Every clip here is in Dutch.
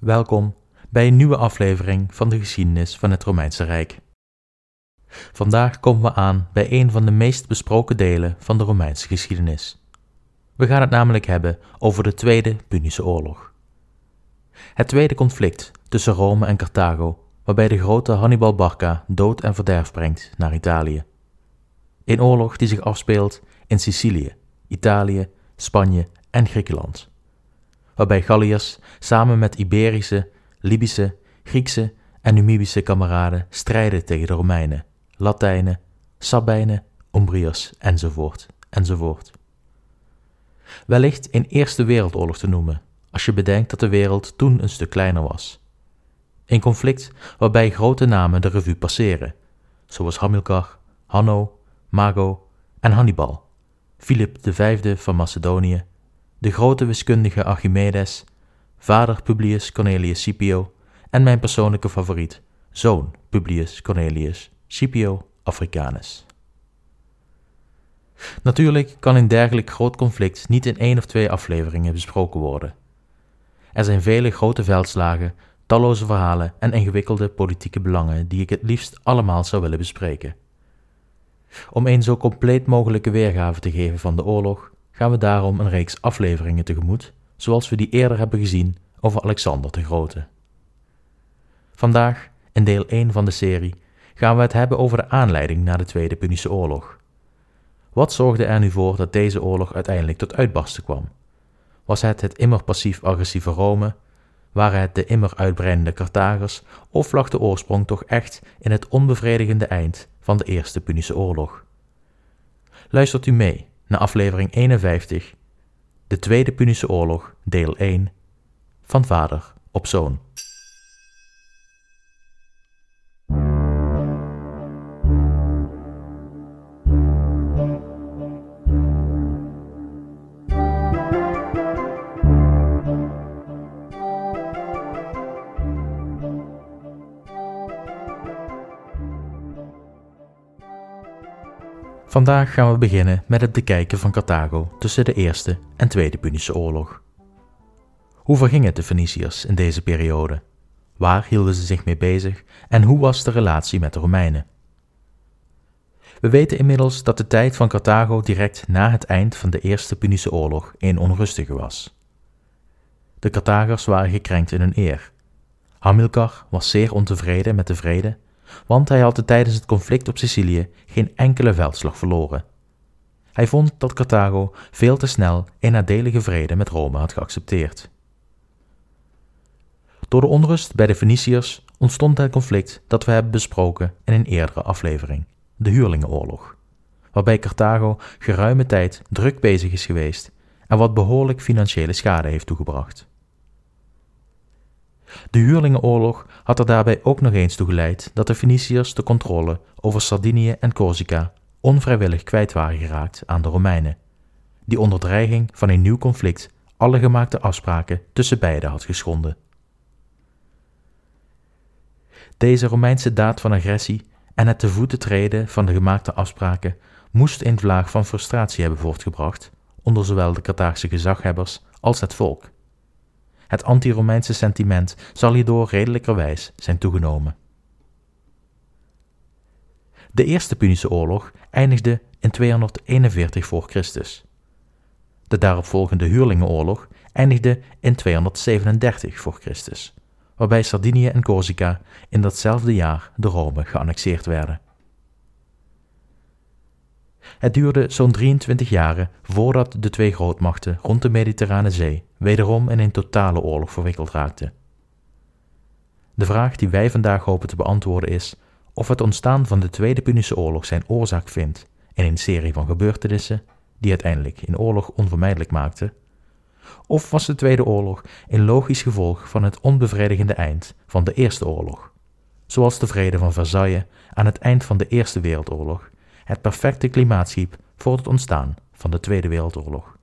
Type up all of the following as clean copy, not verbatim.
Welkom bij een nieuwe aflevering van de geschiedenis van het Romeinse Rijk. Vandaag komen we aan bij een van de meest besproken delen van de Romeinse geschiedenis. We gaan het namelijk hebben over de Tweede Punische Oorlog. Het tweede conflict tussen Rome en Carthago, waarbij de grote Hannibal Barca dood en verderf brengt naar Italië. Een oorlog die zich afspeelt in Sicilië, Italië, Spanje en Griekenland. Waarbij Galliërs samen met Iberische, Libische, Griekse en Numibische kameraden strijden tegen de Romeinen, Latijnen, Sabijnen, Umbriërs enzovoort. Wellicht een Eerste Wereldoorlog te noemen, als je bedenkt dat de wereld toen een stuk kleiner was. Een conflict waarbij grote namen de revue passeren, zoals Hamilcar, Hanno, Mago en Hannibal, Philip V van Macedonië, de grote wiskundige Archimedes, vader Publius Cornelius Scipio en mijn persoonlijke favoriet, zoon Publius Cornelius Scipio Africanus. Natuurlijk kan een dergelijk groot conflict niet in 1 of 2 afleveringen besproken worden. Er zijn vele grote veldslagen, talloze verhalen en ingewikkelde politieke belangen die ik het liefst allemaal zou willen bespreken. Om een zo compleet mogelijke weergave te geven van de oorlog, gaan we daarom een reeks afleveringen tegemoet, zoals we die eerder hebben gezien over Alexander de Grote. Vandaag, in deel 1 van de serie, gaan we het hebben over de aanleiding naar de Tweede Punische Oorlog. Wat zorgde er nu voor dat deze oorlog uiteindelijk tot uitbarsten kwam? Was het immer passief-agressieve Rome? Waren het de immer uitbreidende Carthagers? Of lag de oorsprong toch echt in het onbevredigende eind van de Eerste Punische Oorlog? Luistert u mee naar aflevering 51, de Tweede Punische Oorlog, deel 1, van vader op zoon. Vandaag gaan we beginnen met het bekijken van Carthago tussen de Eerste en Tweede Punische Oorlog. Hoe verging het de Feniciërs in deze periode? Waar hielden ze zich mee bezig en hoe was de relatie met de Romeinen? We weten inmiddels dat de tijd van Carthago direct na het eind van de Eerste Punische Oorlog een onrustige was. De Carthagers waren gekrenkt in hun eer. Hamilcar was zeer ontevreden met de vrede, want hij had tijdens het conflict op Sicilië geen enkele veldslag verloren. Hij vond dat Carthago veel te snel een nadelige vrede met Rome had geaccepteerd. Door de onrust bij de Feniciërs ontstond het conflict dat we hebben besproken in een eerdere aflevering, de Huurlingenoorlog, waarbij Carthago geruime tijd druk bezig is geweest en wat behoorlijk financiële schade heeft toegebracht. De Huurlingenoorlog had er daarbij ook nog eens toe geleid dat de Feniciërs de controle over Sardinië en Corsica onvrijwillig kwijt waren geraakt aan de Romeinen, die onder dreiging van een nieuw conflict alle gemaakte afspraken tussen beiden had geschonden. Deze Romeinse daad van agressie en het te voeten treden van de gemaakte afspraken moest een vlaag van frustratie hebben voortgebracht onder zowel de Carthaagse gezaghebbers als het volk. Het anti-Romeinse sentiment zal hierdoor redelijkerwijs zijn toegenomen. De Eerste Punische Oorlog eindigde in 241 voor Christus. De daaropvolgende Huurlingenoorlog eindigde in 237 voor Christus, waarbij Sardinië en Corsica in datzelfde jaar door Rome geannexeerd werden. Het duurde zo'n 23 jaren voordat de twee grootmachten rond de Mediterrane Zee wederom in een totale oorlog verwikkeld raakten. De vraag die wij vandaag hopen te beantwoorden is of het ontstaan van de Tweede Punische Oorlog zijn oorzaak vindt in een serie van gebeurtenissen die uiteindelijk een oorlog onvermijdelijk maakten, of was de Tweede Oorlog een logisch gevolg van het onbevredigende eind van de Eerste Oorlog, zoals de Vrede van Versailles aan het eind van de Eerste Wereldoorlog het perfecte klimaat schiep voor het ontstaan van de Tweede Wereldoorlog.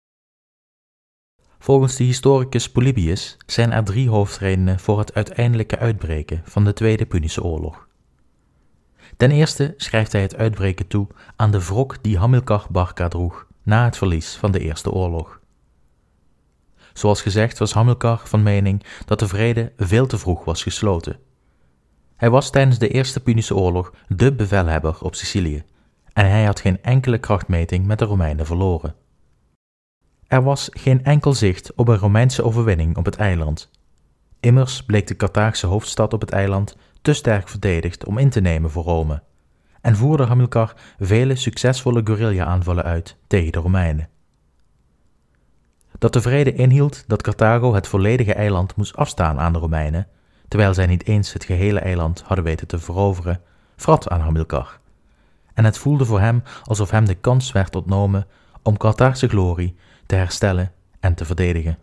Volgens de historicus Polybius zijn er 3 hoofdredenen voor het uiteindelijke uitbreken van de Tweede Punische Oorlog. Ten eerste schrijft hij het uitbreken toe aan de wrok die Hamilcar Barca droeg na het verlies van de Eerste Oorlog. Zoals gezegd was Hamilcar van mening dat de vrede veel te vroeg was gesloten. Hij was tijdens de Eerste Punische Oorlog de bevelhebber op Sicilië en hij had geen enkele krachtmeting met de Romeinen verloren. Er was geen enkel zicht op een Romeinse overwinning op het eiland. Immers bleek de Carthaagse hoofdstad op het eiland te sterk verdedigd om in te nemen voor Rome en voerde Hamilcar vele succesvolle guerrilla-aanvallen uit tegen de Romeinen. Dat de vrede inhield dat Carthago het volledige eiland moest afstaan aan de Romeinen, terwijl zij niet eens het gehele eiland hadden weten te veroveren, vrat aan Hamilcar. En het voelde voor hem alsof hem de kans werd ontnomen om Carthaagse glorie te herstellen en te verdedigen.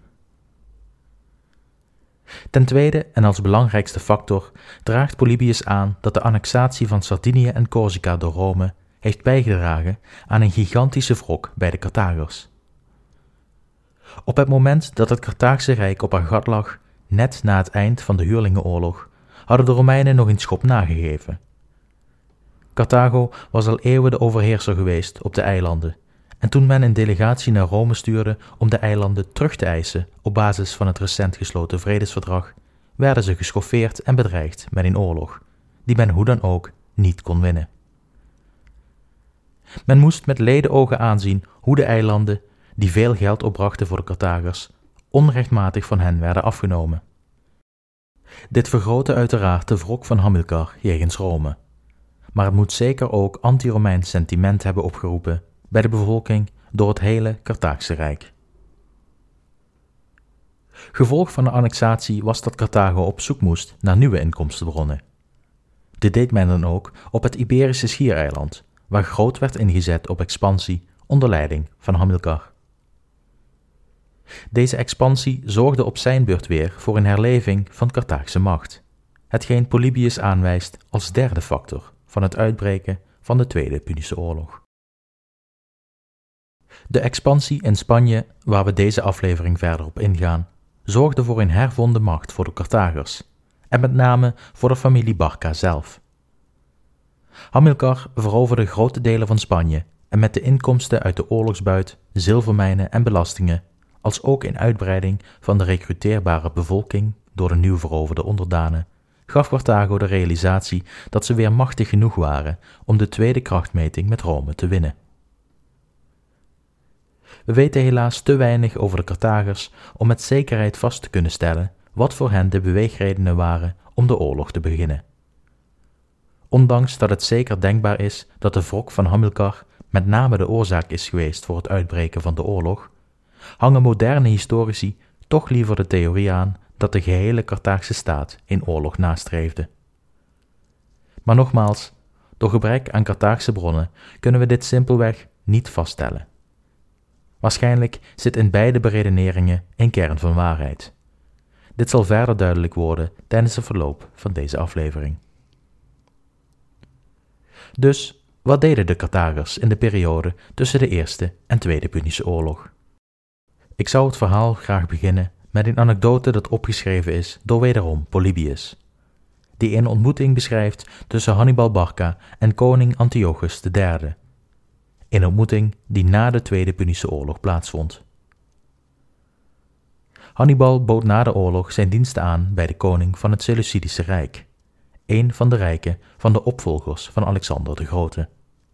Ten tweede en als belangrijkste factor draagt Polybius aan dat de annexatie van Sardinië en Corsica door Rome heeft bijgedragen aan een gigantische wrok bij de Carthagers. Op het moment dat het Carthaagse Rijk op haar gat lag, net na het eind van de Huurlingenoorlog, hadden de Romeinen nog een schop nagegeven. Carthago was al eeuwen de overheerser geweest op de eilanden, en toen men een delegatie naar Rome stuurde om de eilanden terug te eisen op basis van het recent gesloten vredesverdrag, werden ze geschoffeerd en bedreigd met een oorlog, die men hoe dan ook niet kon winnen. Men moest met ledenogen aanzien hoe de eilanden, die veel geld opbrachten voor de Carthagers, onrechtmatig van hen werden afgenomen. Dit vergrootte uiteraard de wrok van Hamilcar jegens Rome, maar het moet zeker ook anti-Romeins sentiment hebben opgeroepen bij de bevolking door het hele Carthaagse Rijk. Gevolg van de annexatie was dat Carthago op zoek moest naar nieuwe inkomstenbronnen. Dit deed men dan ook op het Iberische schiereiland, waar groot werd ingezet op expansie onder leiding van Hamilcar. Deze expansie zorgde op zijn beurt weer voor een herleving van Carthaagse macht, hetgeen Polybius aanwijst als derde factor van het uitbreken van de Tweede Punische Oorlog. De expansie in Spanje, waar we deze aflevering verder op ingaan, zorgde voor een hervonden macht voor de Carthagers, en met name voor de familie Barca zelf. Hamilcar veroverde grote delen van Spanje en met de inkomsten uit de oorlogsbuit, zilvermijnen en belastingen, als ook in uitbreiding van de recruteerbare bevolking door de nieuw veroverde onderdanen, gaf Carthago de realisatie dat ze weer machtig genoeg waren om de tweede krachtmeting met Rome te winnen. We weten helaas te weinig over de Carthagers om met zekerheid vast te kunnen stellen wat voor hen de beweegredenen waren om de oorlog te beginnen. Ondanks dat het zeker denkbaar is dat de wrok van Hamilcar met name de oorzaak is geweest voor het uitbreken van de oorlog, hangen moderne historici toch liever de theorie aan dat de gehele Carthaagse staat in oorlog nastreefde. Maar nogmaals, door gebrek aan Carthaagse bronnen kunnen we dit simpelweg niet vaststellen. Waarschijnlijk zit in beide beredeneringen een kern van waarheid. Dit zal verder duidelijk worden tijdens het verloop van deze aflevering. Dus, wat deden de Carthagers in de periode tussen de Eerste en Tweede Punische Oorlog? Ik zou het verhaal graag beginnen met een anekdote dat opgeschreven is door wederom Polybius, die een ontmoeting beschrijft tussen Hannibal Barca en koning Antiochus III. Een ontmoeting die na de Tweede Punische Oorlog plaatsvond. Hannibal bood na de oorlog zijn diensten aan bij de koning van het Seleucidische Rijk, een van de rijken van de opvolgers van Alexander de Grote.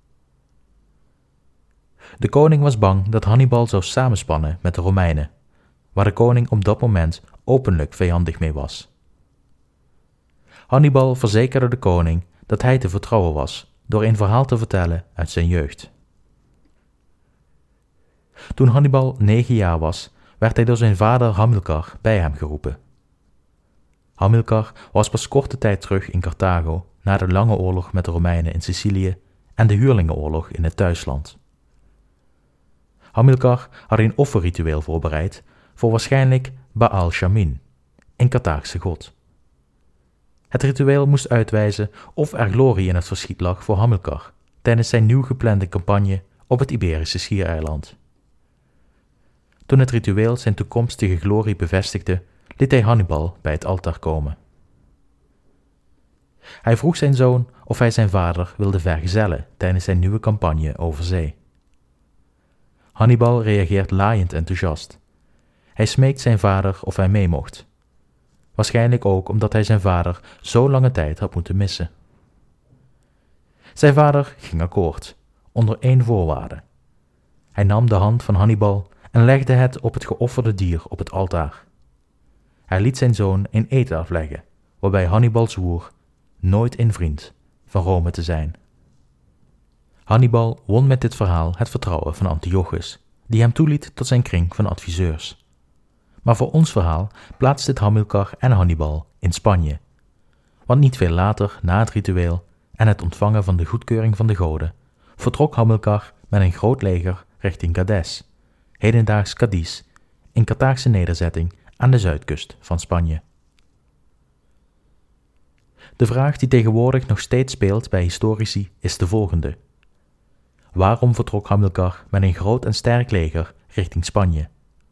De koning was bang dat Hannibal zou samenspannen met de Romeinen, waar de koning op dat moment openlijk vijandig mee was. Hannibal verzekerde de koning dat hij te vertrouwen was door een verhaal te vertellen uit zijn jeugd. Toen Hannibal 9 jaar was, werd hij door zijn vader Hamilcar bij hem geroepen. Hamilcar was pas korte tijd terug in Carthago na de lange oorlog met de Romeinen in Sicilië en de Huurlingenoorlog in het thuisland. Hamilcar had een offerritueel voorbereid voor waarschijnlijk Baal Shamin, een Carthaagse god. Het ritueel moest uitwijzen of er glorie in het verschiet lag voor Hamilcar tijdens zijn nieuw geplande campagne op het Iberische schiereiland. Toen het ritueel zijn toekomstige glorie bevestigde, liet hij Hannibal bij het altaar komen. Hij vroeg zijn zoon of hij zijn vader wilde vergezellen tijdens zijn nieuwe campagne over zee. Hannibal reageert laaiend enthousiast. Hij smeekt zijn vader of hij mee mocht. Waarschijnlijk ook omdat hij zijn vader zo lange tijd had moeten missen. Zijn vader ging akkoord, onder één voorwaarde. Hij nam de hand van Hannibal en legde het op het geofferde dier op het altaar. Hij liet zijn zoon een eed afleggen, waarbij Hannibal zwoer nooit een vriend van Rome te zijn. Hannibal won met dit verhaal het vertrouwen van Antiochus, die hem toeliet tot zijn kring van adviseurs. Maar voor ons verhaal plaatst dit Hamilcar en Hannibal in Spanje. Want niet veel later, na het ritueel en het ontvangen van de goedkeuring van de goden, vertrok Hamilcar met een groot leger richting Gades, hedendaags Cadiz, een Carthaagse nederzetting aan de zuidkust van Spanje. De vraag die tegenwoordig nog steeds speelt bij historici is de volgende. Waarom vertrok Hamilcar met een groot en sterk leger richting Spanje?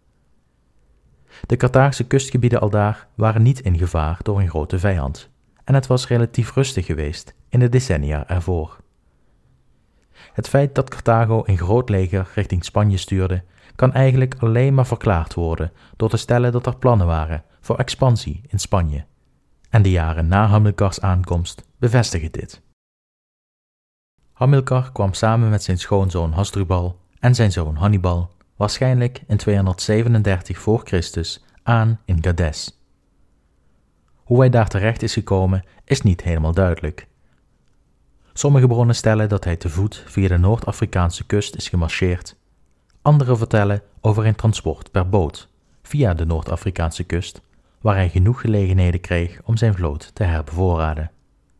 De Carthaagse kustgebieden aldaar waren niet in gevaar door een grote vijand, en het was relatief rustig geweest in de decennia ervoor. Het feit dat Carthago een groot leger richting Spanje stuurde, kan eigenlijk alleen maar verklaard worden door te stellen dat er plannen waren voor expansie in Spanje. En de jaren na Hamilcars aankomst bevestigen dit. Hamilcar kwam samen met zijn schoonzoon Hasdrubal en zijn zoon Hannibal waarschijnlijk in 237 voor Christus aan in Gades. Hoe hij daar terecht is gekomen is niet helemaal duidelijk. Sommige bronnen stellen dat hij te voet via de Noord-Afrikaanse kust is gemarcheerd. Anderen vertellen over een transport per boot via de Noord-Afrikaanse kust, waar hij genoeg gelegenheden kreeg om zijn vloot te herbevoorraden.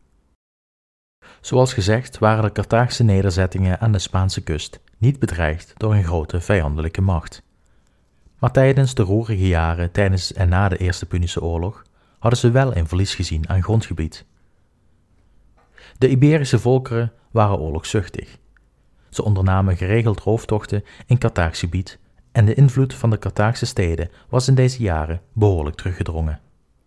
Zoals gezegd waren de Carthaagse nederzettingen aan de Spaanse kust niet bedreigd door een grote vijandelijke macht. Maar tijdens de roerige jaren tijdens en na de Eerste Punische Oorlog hadden ze wel een verlies gezien aan grondgebied. De Iberische volkeren waren oorlogzuchtig. Ze ondernamen geregeld rooftochten in Carthaagse gebied en de invloed van de Carthaagse steden was in deze jaren behoorlijk teruggedrongen.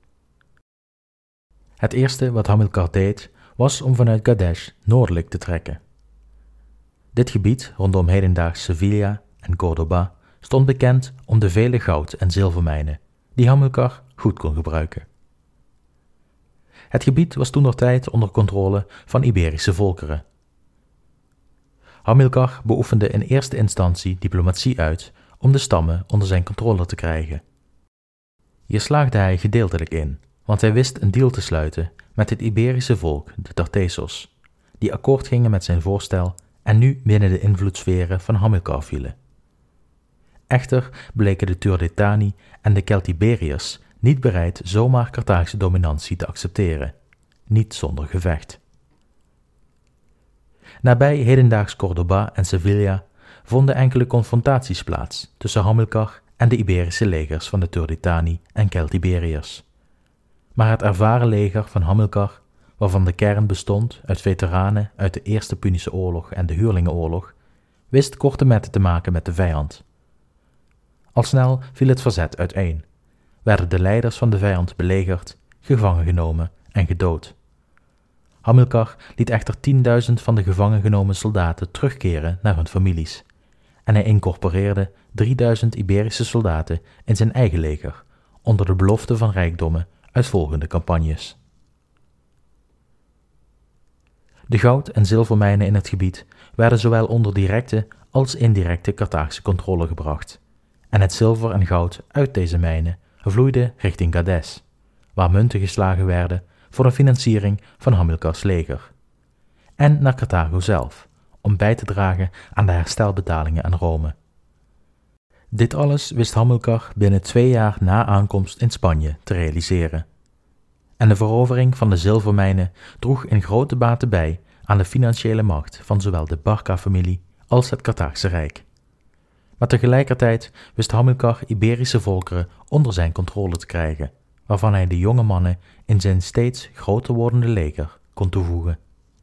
Het eerste wat Hamilcar deed was om vanuit Gades noordelijk te trekken. Dit gebied rondom hedendaags Sevilla en Córdoba stond bekend om de vele goud- en zilvermijnen die Hamilcar goed kon gebruiken. Het gebied was toentertijd onder controle van Iberische volkeren. Hamilcar beoefende in eerste instantie diplomatie uit om de stammen onder zijn controle te krijgen. Hier slaagde hij gedeeltelijk in, want hij wist een deal te sluiten met het Iberische volk, de Tartessos, die akkoord gingen met zijn voorstel en nu binnen de invloedssferen van Hamilcar vielen. Echter bleken de Turdetani en de Celtiberiërs niet bereid zomaar Carthaagse dominantie te accepteren, niet zonder gevecht. Nabij hedendaags Córdoba en Sevilla vonden enkele confrontaties plaats tussen Hamilcar en de Iberische legers van de Turdetani en Celtiberiërs. Maar het ervaren leger van Hamilcar, waarvan de kern bestond uit veteranen uit de Eerste Punische Oorlog en de Huurlingenoorlog, wist korte metten te maken met de vijand. Al snel viel het verzet uiteen, werden de leiders van de vijand belegerd, gevangen genomen en gedood. Hamilcar liet echter 10.000 van de gevangen genomen soldaten terugkeren naar hun families en hij incorporeerde 3.000 Iberische soldaten in zijn eigen leger onder de belofte van rijkdommen uit volgende campagnes. De goud- en zilvermijnen in het gebied werden zowel onder directe als indirecte Carthaagse controle gebracht en het zilver en goud uit deze mijnen vloeide richting Gades, waar munten geslagen werden voor de financiering van Hamilcars leger, en naar Carthago zelf, om bij te dragen aan de herstelbetalingen aan Rome. Dit alles wist Hamilcar binnen 2 jaar na aankomst in Spanje te realiseren. En de verovering van de zilvermijnen droeg in grote mate bij aan de financiële macht van zowel de Barca-familie als het Carthaagse Rijk. Maar tegelijkertijd wist Hamilcar Iberische volkeren onder zijn controle te krijgen, waarvan hij de jonge mannen in zijn steeds groter wordende leger kon toevoegen.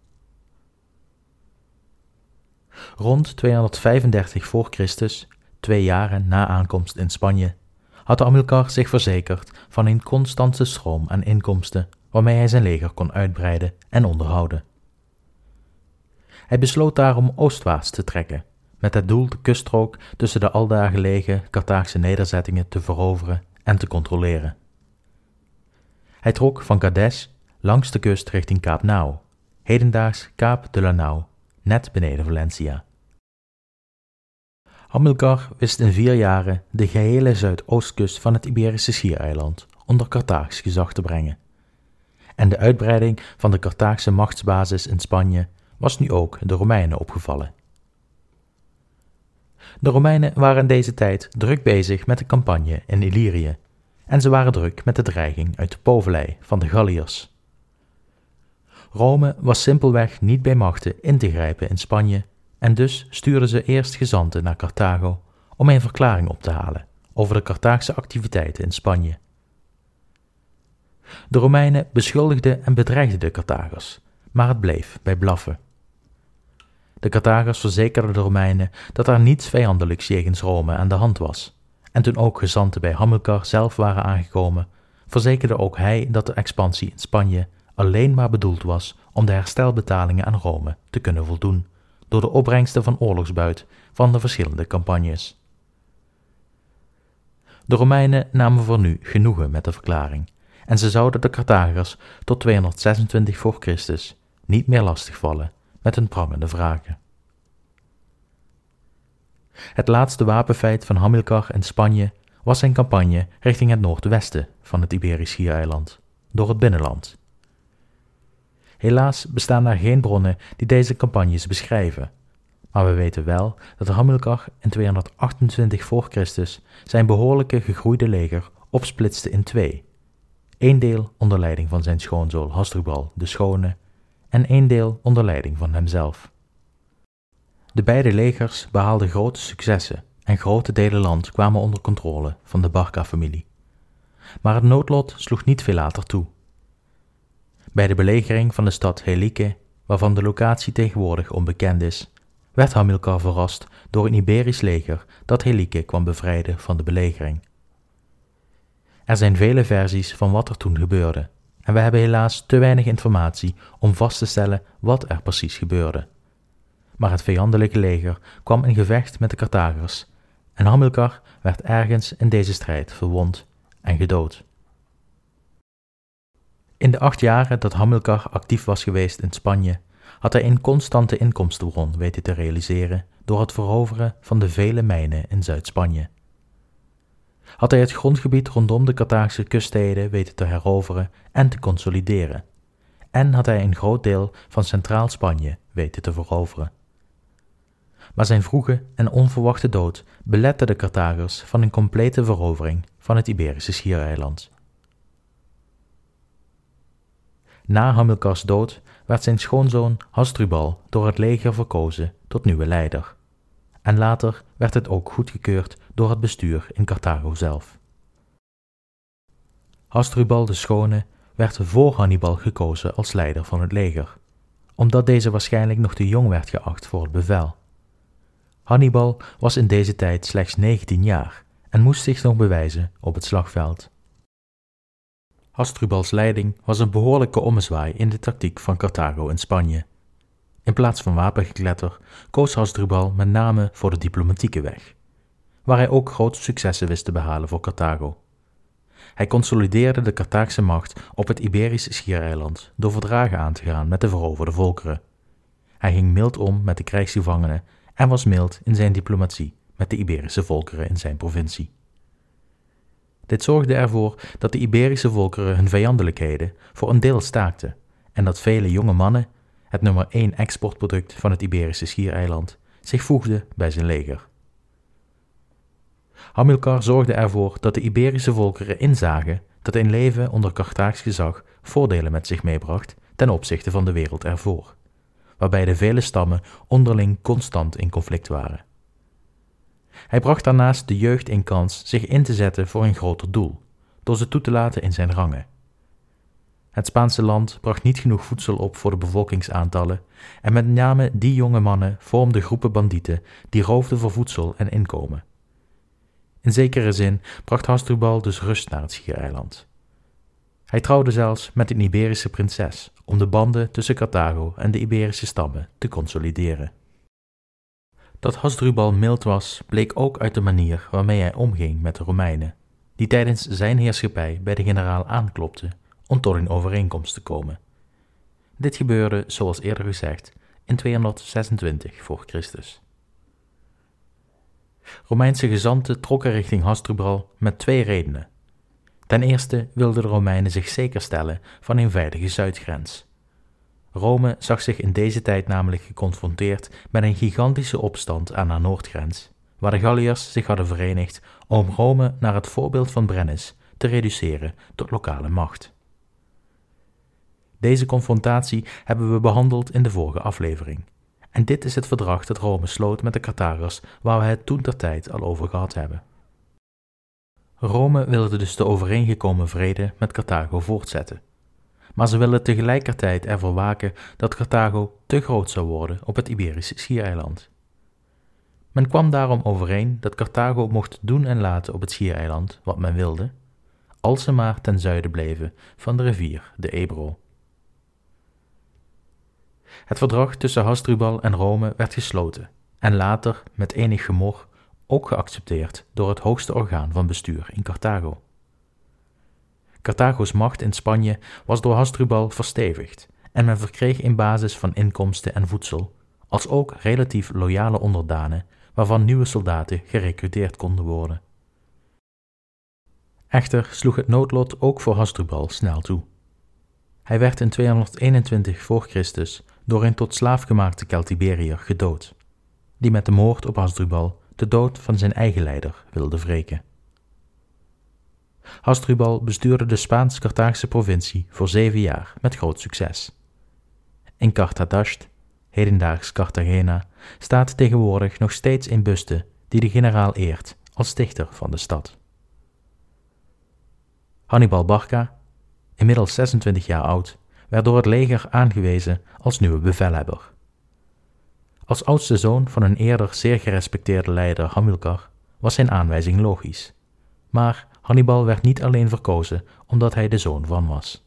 Rond 235 voor Christus, 2 jaren na aankomst in Spanje, had Hamilcar zich verzekerd van een constante stroom aan inkomsten waarmee hij zijn leger kon uitbreiden en onderhouden. Hij besloot daarom oostwaarts te trekken, met het doel de kuststrook tussen de aldaar gelegen Carthaagse nederzettingen te veroveren en te controleren. Hij trok van Gades langs de kust richting Kaap Nao, hedendaags Kaap de la Nau, net beneden Valencia. Hamilcar wist in 4 jaren de gehele zuidoostkust van het Iberische schiereiland onder Carthaags gezag te brengen. En de uitbreiding van de Carthaagse machtsbasis in Spanje was nu ook de Romeinen opgevallen. De Romeinen waren in deze tijd druk bezig met de campagne in Illyrië en ze waren druk met de dreiging uit de Povellei van de Galliërs. Rome was simpelweg niet bij machte in te grijpen in Spanje en dus stuurden ze eerst gezanten naar Carthago om een verklaring op te halen over de Carthaagse activiteiten in Spanje. De Romeinen beschuldigden en bedreigden de Carthagers, maar het bleef bij blaffen. De Carthagers verzekerden de Romeinen dat er niets vijandelijks jegens Rome aan de hand was, en toen ook gezanten bij Hamilcar zelf waren aangekomen, verzekerde ook hij dat de expansie in Spanje alleen maar bedoeld was om de herstelbetalingen aan Rome te kunnen voldoen door de opbrengsten van oorlogsbuit van de verschillende campagnes. De Romeinen namen voor nu genoegen met de verklaring en ze zouden de Carthagers tot 226 voor Christus niet meer lastigvallen met hun prangende vragen. Het laatste wapenfeit van Hamilcar in Spanje was zijn campagne richting het noordwesten van het Iberisch schiereiland, door het binnenland. Helaas bestaan er geen bronnen die deze campagnes beschrijven, maar we weten wel dat Hamilcar in 228 voor Christus zijn behoorlijke gegroeide leger opsplitste in 2. 1 deel onder leiding van zijn schoonzoon Hasdrubal de Schone en 1 deel onder leiding van hemzelf. De beide legers behaalden grote successen en grote delen land kwamen onder controle van de Barca-familie. Maar het noodlot sloeg niet veel later toe. Bij de belegering van de stad Helice, waarvan de locatie tegenwoordig onbekend is, werd Hamilcar verrast door een Iberisch leger dat Helice kwam bevrijden van de belegering. Er zijn vele versies van wat er toen gebeurde, en we hebben helaas te weinig informatie om vast te stellen wat er precies gebeurde. Maar het vijandelijke leger kwam in gevecht met de Carthagers en Hamilcar werd ergens in deze strijd verwond en gedood. In de 8 jaren dat Hamilcar actief was geweest in Spanje, had hij een constante inkomstenbron weten te realiseren door het veroveren van de vele mijnen in Zuid-Spanje. Had hij het grondgebied rondom de Carthaagse kuststeden weten te heroveren en te consolideren, en had hij een groot deel van Centraal Spanje weten te veroveren. Maar zijn vroege en onverwachte dood belette de Carthagers van een complete verovering van het Iberische schiereiland. Na Hamilcars dood werd zijn schoonzoon Hasdrubal door het leger verkozen tot nieuwe leider. En later werd het ook goedgekeurd door het bestuur in Carthago zelf. Hasdrubal de Schone werd voor Hannibal gekozen als leider van het leger, omdat deze waarschijnlijk nog te jong werd geacht voor het bevel. Hannibal was in deze tijd slechts 19 jaar en moest zich nog bewijzen op het slagveld. Hasdrubals leiding was een behoorlijke ommezwaai in de tactiek van Carthago in Spanje. In plaats van wapengekletter koos Hasdrubal met name voor de diplomatieke weg, waar hij ook grote successen wist te behalen voor Carthago. Hij consolideerde de Carthaagse macht op het Iberische schiereiland door verdragen aan te gaan met de veroverde volkeren. Hij ging mild om met de krijgsgevangenen en was mild in zijn diplomatie met de Iberische volkeren in zijn provincie. Dit zorgde ervoor dat de Iberische volkeren hun vijandelijkheden voor een deel staakten en dat vele jonge mannen, het nummer 1 exportproduct van het Iberische schiereiland, zich voegden bij zijn leger. Hamilcar zorgde ervoor dat de Iberische volkeren inzagen dat een leven onder Carthaags gezag voordelen met zich meebracht ten opzichte van de wereld ervoor, waarbij de vele stammen onderling constant in conflict waren. Hij bracht daarnaast de jeugd in kans zich in te zetten voor een groter doel, door ze toe te laten in zijn rangen. Het Spaanse land bracht niet genoeg voedsel op voor de bevolkingsaantallen en met name die jonge mannen vormden groepen bandieten die roofden voor voedsel en inkomen. In zekere zin bracht Hasdrubal dus rust naar het schiereiland. Hij trouwde zelfs met een Iberische prinses om de banden tussen Carthago en de Iberische stammen te consolideren. Dat Hasdrubal mild was, bleek ook uit de manier waarmee hij omging met de Romeinen, die tijdens zijn heerschappij bij de generaal aanklopten om tot een overeenkomst te komen. Dit gebeurde, zoals eerder gezegd, in 226 voor Christus. Romeinse gezanten trokken richting Hasdrubal met 2 redenen. Ten eerste wilden de Romeinen zich zeker stellen van een veilige zuidgrens. Rome zag zich in deze tijd namelijk geconfronteerd met een gigantische opstand aan haar noordgrens, waar de Galliërs zich hadden verenigd om Rome naar het voorbeeld van Brennus te reduceren tot lokale macht. Deze confrontatie hebben we behandeld in de vorige aflevering. En dit is het verdrag dat Rome sloot met de Carthagers, waar we het toentertijd al over gehad hebben. Rome wilde dus de overeengekomen vrede met Carthago voortzetten. Maar ze wilden tegelijkertijd ervoor waken dat Carthago te groot zou worden op het Iberische schiereiland. Men kwam daarom overeen dat Carthago mocht doen en laten op het schiereiland wat men wilde, als ze maar ten zuiden bleven van de rivier de Ebro. Het verdrag tussen Hasdrubal en Rome werd gesloten en later, met enig gemor, ook geaccepteerd door het hoogste orgaan van bestuur in Carthago. Carthago's macht in Spanje was door Hasdrubal verstevigd en men verkreeg een basis van inkomsten en voedsel, als ook relatief loyale onderdanen waarvan nieuwe soldaten gerekruteerd konden worden. Echter sloeg het noodlot ook voor Hasdrubal snel toe. Hij werd in 221 voor Christus door een tot slaaf gemaakte Celtiberiër gedood, die met de moord op Hasdrubal de dood van zijn eigen leider wilde wreken. Hasdrubal bestuurde de Spaans-Carthaagse provincie voor 7 jaar met groot succes. In Carthadasht, hedendaags Cartagena, staat tegenwoordig nog steeds een buste die de generaal eert als stichter van de stad. Hannibal Barca, inmiddels 26 jaar oud, werd door het leger aangewezen als nieuwe bevelhebber. Als oudste zoon van een eerder zeer gerespecteerde leider Hamilcar was zijn aanwijzing logisch, maar Hannibal werd niet alleen verkozen omdat hij de zoon van was.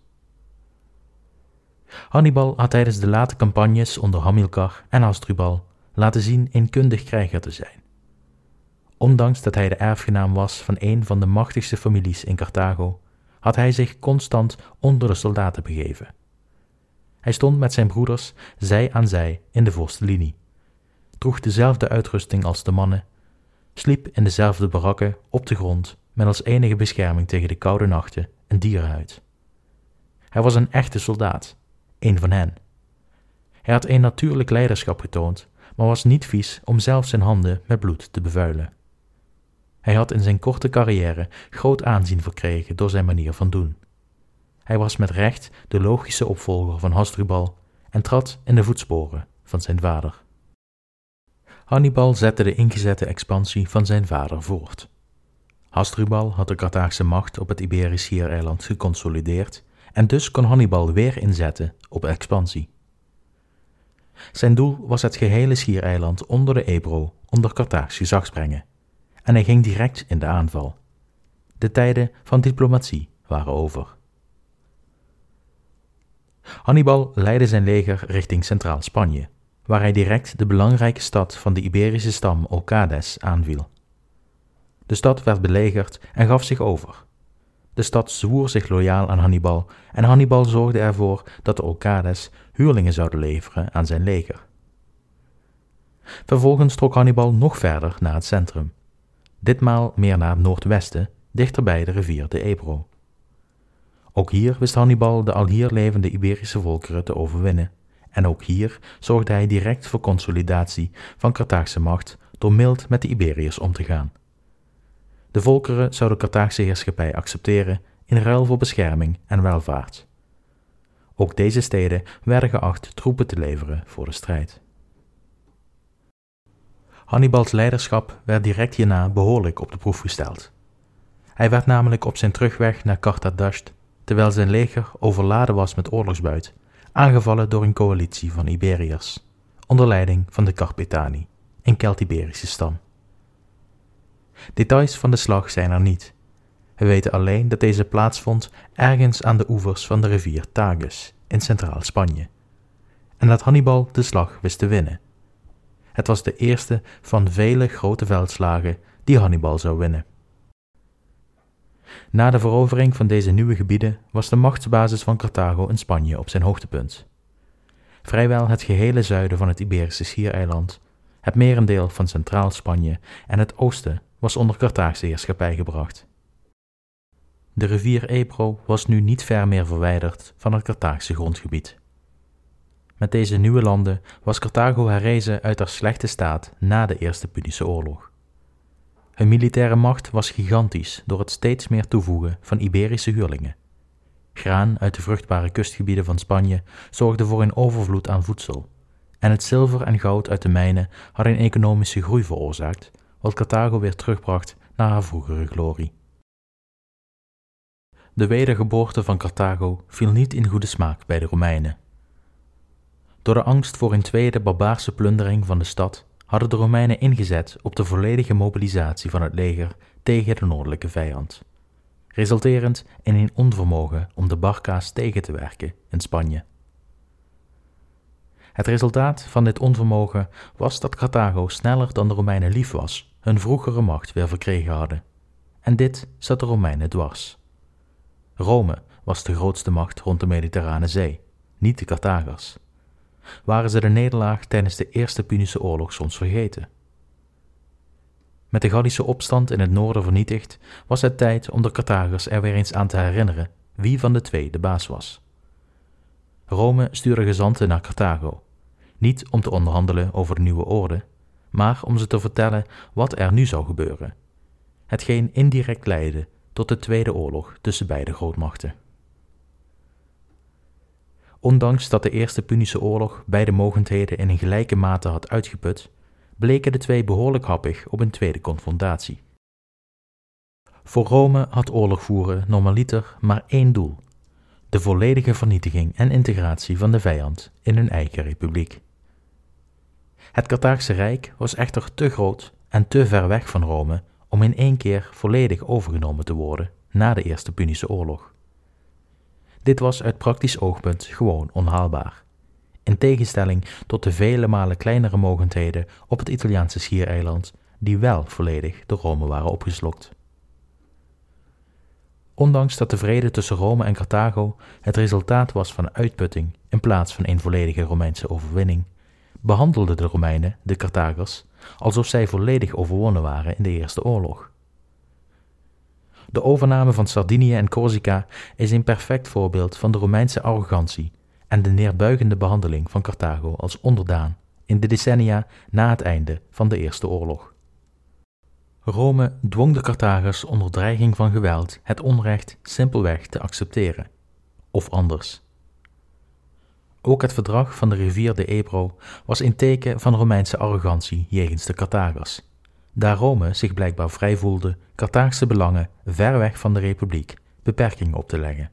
Hannibal had tijdens de late campagnes onder Hamilcar en Hasdrubal laten zien een kundig krijger te zijn. Ondanks dat hij de erfgenaam was van een van de machtigste families in Carthago, had hij zich constant onder de soldaten begeven. Hij stond met zijn broeders zij aan zij in de voorste linie, droeg dezelfde uitrusting als de mannen, sliep in dezelfde barakken op de grond met als enige bescherming tegen de koude nachten een dierenhuid. Hij was een echte soldaat, een van hen. Hij had een natuurlijk leiderschap getoond, maar was niet vies om zelfs zijn handen met bloed te bevuilen. Hij had in zijn korte carrière groot aanzien verkregen door zijn manier van doen. Hij was met recht de logische opvolger van Hasdrubal en trad in de voetsporen van zijn vader. Hannibal zette de ingezette expansie van zijn vader voort. Hasdrubal had de Carthaagse macht op het Iberisch schiereiland geconsolideerd en dus kon Hannibal weer inzetten op expansie. Zijn doel was het gehele schiereiland onder de Ebro onder Carthaags gezag brengen en hij ging direct in de aanval. De tijden van diplomatie waren over. Hannibal leidde zijn leger richting Centraal Spanje, waar hij direct de belangrijke stad van de Iberische stam Orcades aanviel. De stad werd belegerd en gaf zich over. De stad zwoer zich loyaal aan Hannibal en Hannibal zorgde ervoor dat de Orcades huurlingen zouden leveren aan zijn leger. Vervolgens trok Hannibal nog verder naar het centrum, ditmaal meer naar het noordwesten, dichter bij de rivier de Ebro. Ook hier wist Hannibal de al hier levende Iberische volkeren te overwinnen, en ook hier zorgde hij direct voor consolidatie van Carthaagse macht door mild met de Iberiërs om te gaan. De volkeren zouden Carthaagse heerschappij accepteren in ruil voor bescherming en welvaart. Ook deze steden werden geacht troepen te leveren voor de strijd. Hannibals leiderschap werd direct hierna behoorlijk op de proef gesteld. Hij werd namelijk op zijn terugweg naar Carthadasht, terwijl zijn leger overladen was met oorlogsbuit, aangevallen door een coalitie van Iberiërs, onder leiding van de Carpetani, een Celtiberische stam. Details van de slag zijn er niet. We weten alleen dat deze plaatsvond ergens aan de oevers van de rivier Tagus in Centraal Spanje, en dat Hannibal de slag wist te winnen. Het was de eerste van vele grote veldslagen die Hannibal zou winnen. Na de verovering van deze nieuwe gebieden was de machtsbasis van Carthago in Spanje op zijn hoogtepunt. Vrijwel het gehele zuiden van het Iberische schiereiland, het merendeel van Centraal Spanje en het oosten was onder Carthaagse heerschappij gebracht. De rivier Ebro was nu niet ver meer verwijderd van het Carthaagse grondgebied. Met deze nieuwe landen was Carthago herrezen uit haar slechte staat na de Eerste Punische Oorlog. Hun militaire macht was gigantisch door het steeds meer toevoegen van Iberische huurlingen. Graan uit de vruchtbare kustgebieden van Spanje zorgde voor een overvloed aan voedsel, en het zilver en goud uit de mijnen hadden een economische groei veroorzaakt, wat Carthago weer terugbracht naar haar vroegere glorie. De wedergeboorte van Carthago viel niet in goede smaak bij de Romeinen. Door de angst voor een tweede barbaarse plundering van de stad hadden de Romeinen ingezet op de volledige mobilisatie van het leger tegen de noordelijke vijand, resulterend in een onvermogen om de Barca's tegen te werken in Spanje. Het resultaat van dit onvermogen was dat Carthago sneller dan de Romeinen lief was hun vroegere macht weer verkregen hadden, en dit zat de Romeinen dwars. Rome was de grootste macht rond de Mediterrane Zee, niet de Carthagers. Waren ze de nederlaag tijdens de Eerste Punische Oorlog soms vergeten? Met de Gallische opstand in het noorden vernietigd, was het tijd om de Carthagers er weer eens aan te herinneren wie van de twee de baas was. Rome stuurde gezanten naar Carthago, niet om te onderhandelen over de nieuwe orde, maar om ze te vertellen wat er nu zou gebeuren, hetgeen indirect leidde tot de Tweede Oorlog tussen beide grootmachten. Ondanks dat de Eerste Punische Oorlog beide mogendheden in een gelijke mate had uitgeput, bleken de twee behoorlijk happig op een tweede confrontatie. Voor Rome had oorlog voeren normaliter maar één doel: de volledige vernietiging en integratie van de vijand in hun eigen republiek. Het Carthaagse Rijk was echter te groot en te ver weg van Rome om in één keer volledig overgenomen te worden na de Eerste Punische Oorlog. Dit was uit praktisch oogpunt gewoon onhaalbaar, in tegenstelling tot de vele malen kleinere mogendheden op het Italiaanse schiereiland die wel volledig door Rome waren opgeslokt. Ondanks dat de vrede tussen Rome en Carthago het resultaat was van uitputting in plaats van een volledige Romeinse overwinning, behandelden de Romeinen de Carthagers alsof zij volledig overwonnen waren in de Eerste Oorlog. De overname van Sardinië en Corsica is een perfect voorbeeld van de Romeinse arrogantie en de neerbuigende behandeling van Carthago als onderdaan in de decennia na het einde van de Eerste Oorlog. Rome dwong de Carthagers onder dreiging van geweld het onrecht simpelweg te accepteren, of anders. Ook het verdrag van de rivier de Ebro was een teken van Romeinse arrogantie jegens de Carthagers, daar Rome zich blijkbaar vrij voelde Carthaagse belangen ver weg van de republiek beperkingen op te leggen.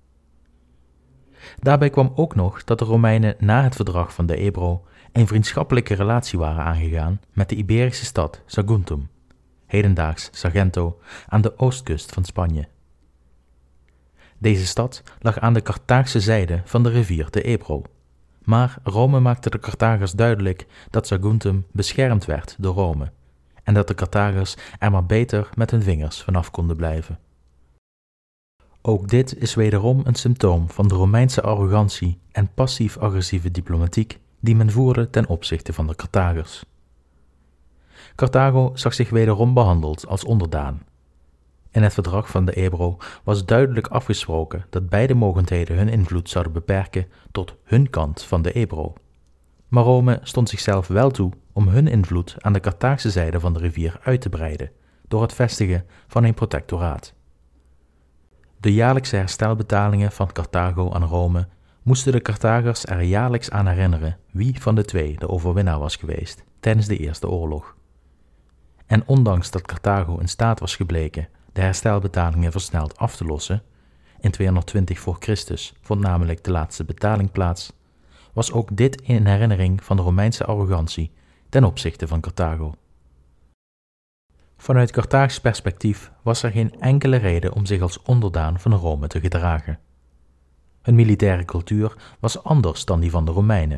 Daarbij kwam ook nog dat de Romeinen na het verdrag van de Ebro een vriendschappelijke relatie waren aangegaan met de Iberische stad Saguntum, hedendaags Sargento, aan de oostkust van Spanje. Deze stad lag aan de Carthaagse zijde van de rivier de Ebro, maar Rome maakte de Carthagers duidelijk dat Saguntum beschermd werd door Rome en dat de Carthagers er maar beter met hun vingers vanaf konden blijven. Ook dit is wederom een symptoom van de Romeinse arrogantie en passief-agressieve diplomatiek die men voerde ten opzichte van de Carthagers. Carthago zag zich wederom behandeld als onderdaan. In het verdrag van de Ebro was duidelijk afgesproken dat beide mogendheden hun invloed zouden beperken tot hun kant van de Ebro. Maar Rome stond zichzelf wel toe om hun invloed aan de Carthaagse zijde van de rivier uit te breiden door het vestigen van een protectoraat. De jaarlijkse herstelbetalingen van Carthago aan Rome moesten de Carthagers er jaarlijks aan herinneren wie van de twee de overwinnaar was geweest tijdens de Eerste Oorlog. En ondanks dat Carthago in staat was gebleken de herstelbetalingen versneld af te lossen, in 220 voor Christus vond namelijk de laatste betaling plaats, was ook dit in herinnering van de Romeinse arrogantie ten opzichte van Carthago. Vanuit Carthaags perspectief was er geen enkele reden om zich als onderdaan van Rome te gedragen. Hun militaire cultuur was anders dan die van de Romeinen,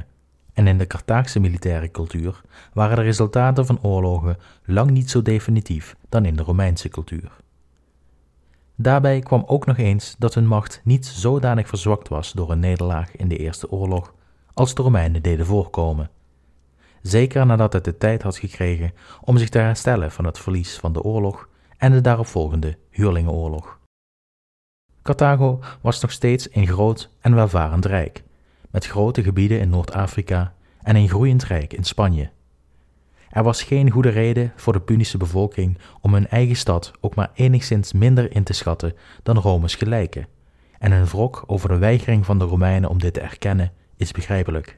En in de Carthaagse militaire cultuur waren de resultaten van oorlogen lang niet zo definitief dan in de Romeinse cultuur. Daarbij kwam ook nog eens dat hun macht niet zodanig verzwakt was door een nederlaag in de Eerste Oorlog als de Romeinen deden voorkomen. Zeker nadat het de tijd had gekregen om zich te herstellen van het verlies van de oorlog en de daaropvolgende huurlingenoorlog. Carthago was nog steeds een groot en welvarend rijk, met grote gebieden in Noord-Afrika en een groeiend rijk in Spanje. Er was geen goede reden voor de Punische bevolking om hun eigen stad ook maar enigszins minder in te schatten dan Rome's gelijken, en hun wrok over de weigering van de Romeinen om dit te erkennen is begrijpelijk.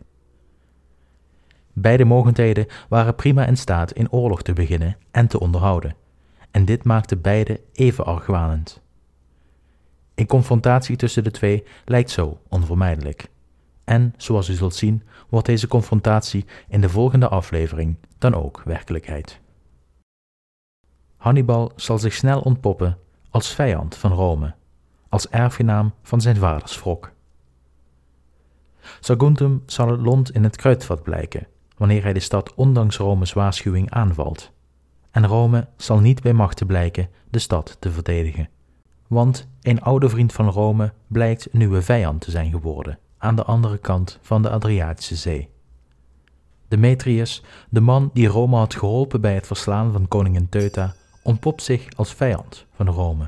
Beide mogendheden waren prima in staat in oorlog te beginnen en te onderhouden, en dit maakte beide even argwanend. Een confrontatie tussen de twee lijkt zo onvermijdelijk. En, zoals u zult zien, wordt deze confrontatie in de volgende aflevering dan ook werkelijkheid. Hannibal zal zich snel ontpoppen als vijand van Rome, als erfgenaam van zijn vaders wrok. Saguntum zal het lont in het kruidvat blijken, wanneer hij de stad ondanks Rome's waarschuwing aanvalt. En Rome zal niet bij machte blijken de stad te verdedigen. Want een oude vriend van Rome blijkt een nieuwe vijand te zijn geworden, aan de andere kant van de Adriatische Zee. Demetrius, de man die Rome had geholpen bij het verslaan van koningin Teuta, ontpopt zich als vijand van Rome.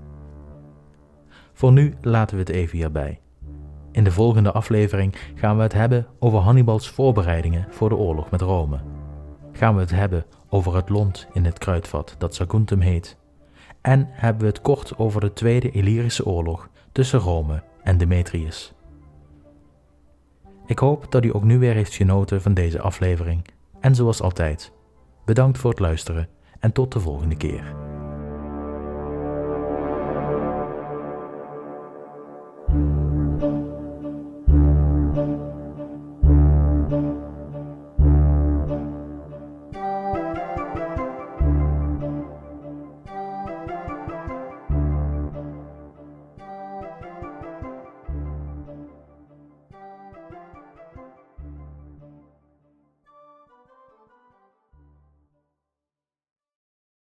Voor nu laten we het even hierbij. In de volgende aflevering gaan we het hebben over Hannibals voorbereidingen voor de oorlog met Rome. Gaan we het hebben over het lont in het kruidvat dat Saguntum heet. En hebben we het kort over de Tweede Illyrische Oorlog tussen Rome en Demetrius. Ik hoop dat u ook nu weer heeft genoten van deze aflevering. En zoals altijd, bedankt voor het luisteren en tot de volgende keer.